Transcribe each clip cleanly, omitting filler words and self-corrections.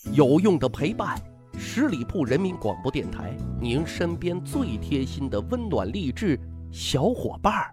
有用的陪伴，十里铺人民广播电台，您身边最贴心的温暖励志小伙伴儿。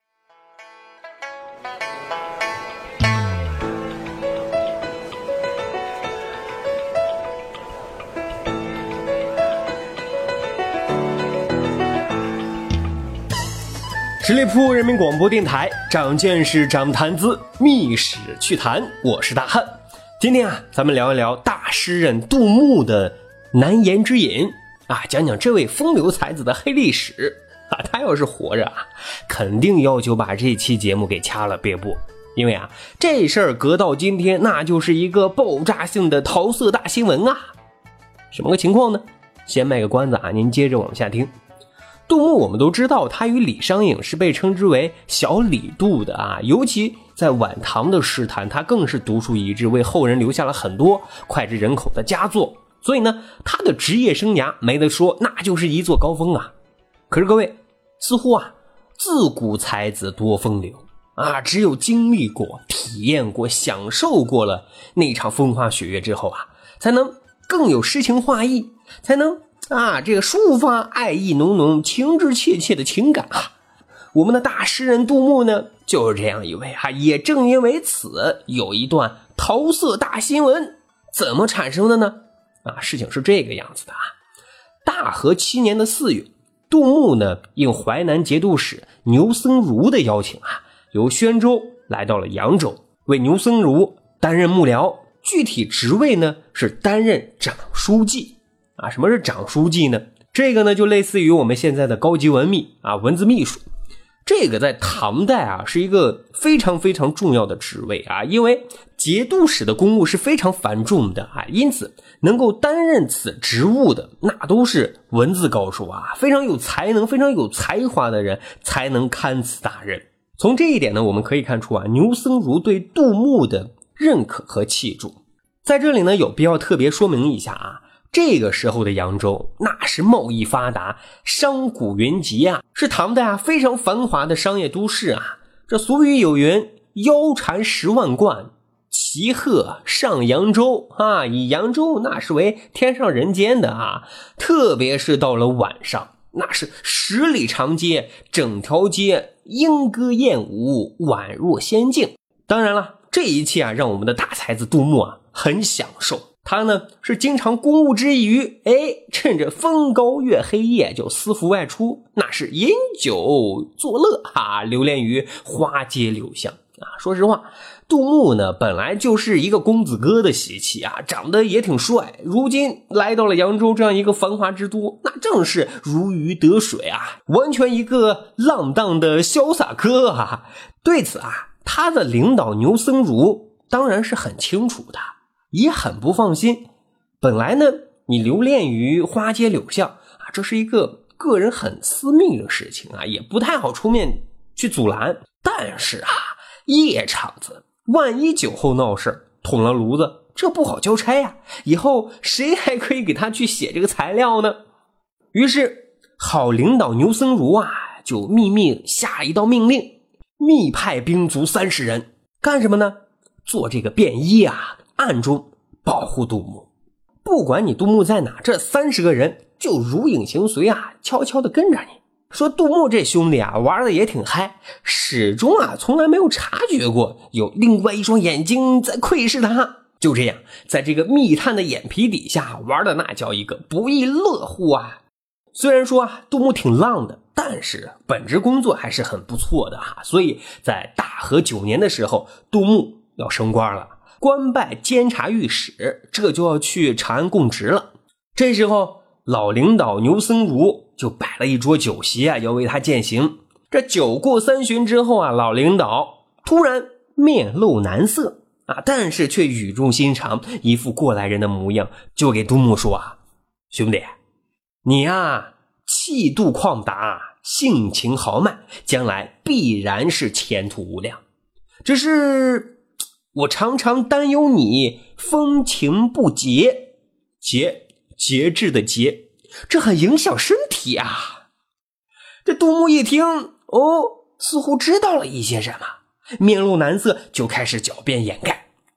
十里铺人民广播电台，长见识，长谈资，密史趣谈，我是大汉。今天咱们聊一聊大诗人杜牧的难言之隐讲讲这位风流才子的黑历史他要是活着肯定要求把这期节目给掐了别播，因为这事儿隔到今天那就是一个爆炸性的桃色大新闻什么个情况呢？先卖个关子您接着往下听。杜牧我们都知道，他与李商隐是被称之为小李杜的尤其在晚唐的诗坛，他更是独树一帜，为后人留下了很多脍炙人口的佳作。所以呢，他的职业生涯没得说，那就是一座高峰可是各位，似乎自古才子多风流只有经历过、体验过、享受过了那场风花雪月之后才能更有诗情画意，才能这个抒发爱意浓浓、情真切切的情感我们的大诗人杜牧呢，就是这样一位也正因为此，有一段桃色大新闻。怎么产生的呢？事情是这个样子的大和7年的4月，杜牧呢应淮南节度使牛僧孺的邀请由宣州来到了扬州，为牛僧孺担任幕僚，具体职位呢是担任长书记什么是长书记呢？这个呢就类似于我们现在的高级文秘文字秘书。这个在唐代是一个非常非常重要的职位因为节度使的公务是非常繁重的因此能够担任此职务的那都是文字高手非常有才能、非常有才华的人才能堪此大任。从这一点呢，我们可以看出牛僧孺对杜牧的认可和器重。在这里呢，有必要特别说明一下这个时候的扬州那是贸易发达、商贾云集是唐代非常繁华的商业都市这俗语有云：腰缠10万贯，骑鹤上扬州以扬州那是为天上人间的特别是到了晚上，那是10里长街，整条街莺歌燕舞，宛若仙境。当然了，这一切让我们的大才子杜牧很享受。他呢是经常公务之余趁着风高月黑夜就私服外出，那是饮酒作乐流连于花街柳巷说实话，杜牧呢本来就是一个公子哥的习气长得也挺帅，如今来到了扬州这样一个繁华之都，那正是如鱼得水完全一个浪荡的潇洒哥对此他的领导牛僧孺当然是很清楚的，也很不放心。本来呢你留恋于花街柳巷这是一个个人很私密的事情也不太好出面去阻拦。但是夜场子万一酒后闹事捅了炉子，这不好交差以后谁还可以给他去写这个材料呢？于是好领导牛僧孺就秘密下一道命令，密派兵卒30人干什么呢？做这个便衣暗中保护杜牧。不管你杜牧在哪，这30个人就如影随形悄悄地跟着你。说杜牧这兄弟玩的也挺嗨，始终从来没有察觉过有另外一双眼睛在窥视他。就这样在这个密探的眼皮底下玩的那叫一个不亦乐乎虽然说杜牧挺浪的，但是本职工作还是很不错的所以在大和9年的时候，杜牧要升官了，官拜监察御史，这就要去长安供职了。这时候老领导牛僧孺就摆了一桌酒席要为他饯行。这酒过3巡之后老领导突然面露难色但是却语重心长，一副过来人的模样，就给杜牧说兄弟，你气度旷达，性情豪迈，将来必然是前途无量，只是我常常担忧你风情不节，节制的节，这很影响身体这杜牧一听似乎知道了一些什么，面露难色，就开始狡辩掩盖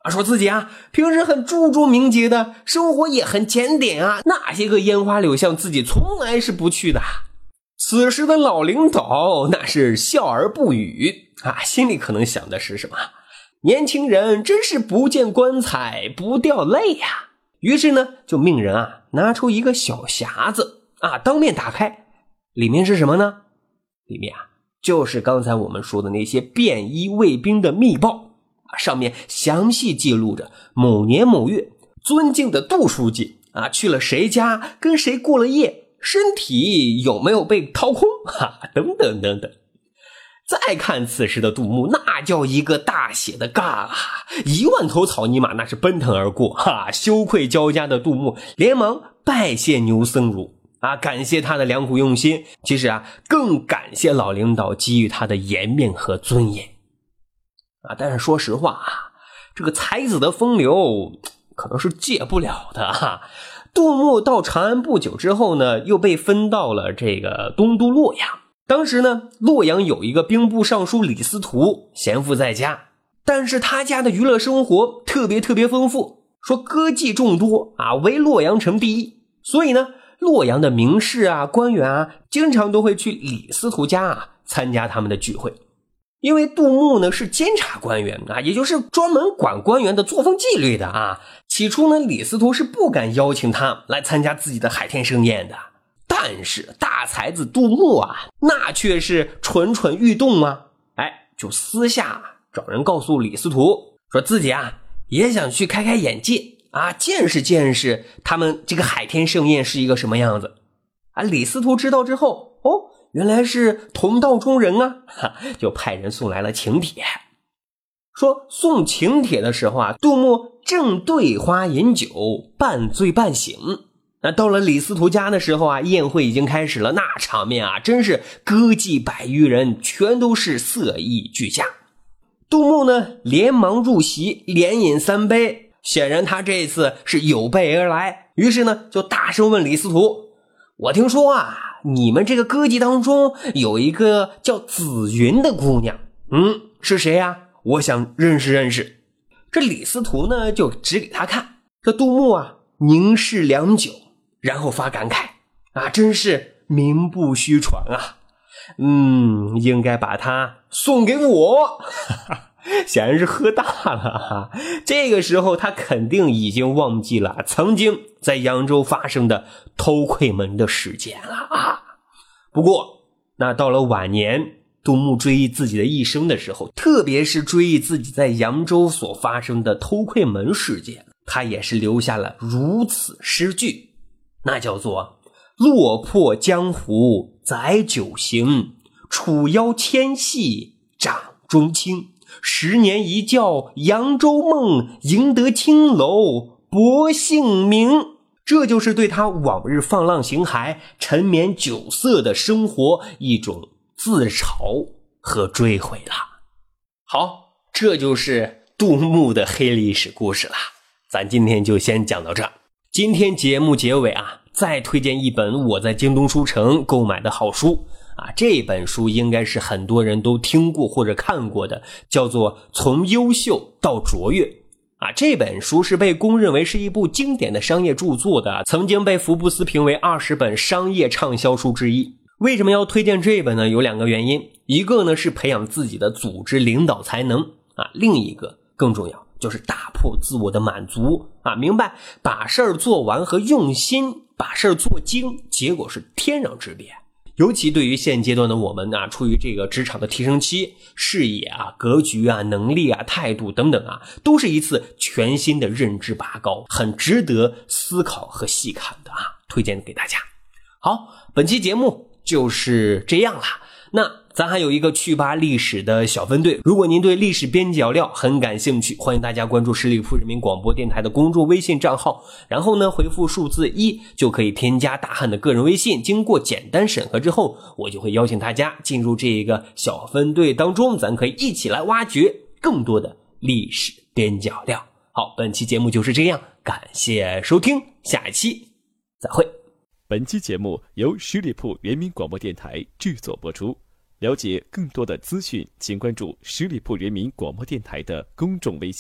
说自己平时很注重名节的，生活也很检点那些个烟花柳巷自己从来是不去的。此时的老领导那是笑而不语心里可能想的是什么？年轻人真是不见棺材不掉泪呀。于是呢，就命人拿出一个小匣子当面打开，里面是什么呢？里面就是刚才我们说的那些便衣卫兵的密报。上面详细记录着某年某月尊敬的杜书记去了谁家，跟谁过了夜，身体有没有被掏空等等等等。再看此时的杜牧，那叫一个大写的嘎，10000头草泥马那是奔腾而过羞愧交加的杜牧连忙拜谢牛僧孺感谢他的良苦用心，其实更感谢老领导给予他的颜面和尊严但是说实话这个才子的风流可能是戒不了的杜牧到长安不久之后呢，又被分到了这个东都洛阳。当时呢，洛阳有一个兵部尚书李司徒闲赋在家，但是他家的娱乐生活特别丰富，说歌妓众多为洛阳城第一。所以呢，洛阳的名士官员经常都会去李司徒家参加他们的聚会。因为杜牧呢是监察官员也就是专门管官员的作风纪律的起初呢，李司徒是不敢邀请他来参加自己的海天盛宴的。但是大才子杜牧那却是蠢蠢欲动就私下找人告诉李司徒，说自己也想去开开眼界见识见识他们这个海天盛宴是一个什么样子李司徒知道之后原来是同道中人就派人送来了请帖。说送请帖的时候杜牧正对花饮酒，半醉半醒。那到了李司徒家的时候宴会已经开始了，那场面真是歌妓100余人，全都是色艺俱佳。杜牧呢连忙入席，连饮3杯，显然他这次是有备而来。于是呢就大声问李司徒，我听说你们这个歌妓当中有一个叫紫云的姑娘，是谁我想认识认识。这李司徒呢就指给他看，这杜牧凝视良久，然后发感慨真是名不虚传应该把他送给我显然是喝大了这个时候他肯定已经忘记了曾经在扬州发生的偷窥门的事件了不过那到了晚年，杜牧追忆自己的一生的时候，特别是追忆自己在扬州所发生的偷窥门事件，他也是留下了如此诗句，那叫做落魄江湖载酒行，楚腰牵系掌中轻，10年一觉扬州梦，赢得青楼薄幸名。这就是对他往日放浪形骸、沉湎酒色的生活一种自嘲和追悔了。好，这就是杜牧的黑历史故事了。咱今天就先讲到这儿。今天节目结尾再推荐一本我在京东书城购买的好书这本书应该是很多人都听过或者看过的，叫做《从优秀到卓越》这本书是被公认为是一部经典的商业著作的，曾经被福布斯评为20本商业畅销书之一。为什么要推荐这本呢？有2个原因，一个呢是培养自己的组织领导才能另一个更重要就是打破自我的满足明白把事儿做完和用心把事儿做精结果是天壤之别。尤其对于现阶段的我们处于这个职场的提升期，视野格局能力态度等等都是一次全新的认知拔高，很值得思考和细看的推荐给大家。好，本期节目就是这样了。那咱还有一个趣吧历史的小分队，如果您对历史边角料很感兴趣，欢迎大家关注十里铺人民广播电台的公众微信账号，然后呢回复数字1就可以添加大汉的个人微信，经过简单审核之后，我就会邀请大家进入这个小分队当中，咱可以一起来挖掘更多的历史边角料。好，本期节目就是这样，感谢收听，下一期再会。 本期节目由十里铺人民广播电台制作播出。了解更多的资讯，请关注十里铺人民广播电台的公众微信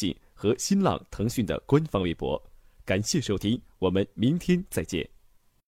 和新浪、腾讯的官方微博。感谢收听，我们明天再见。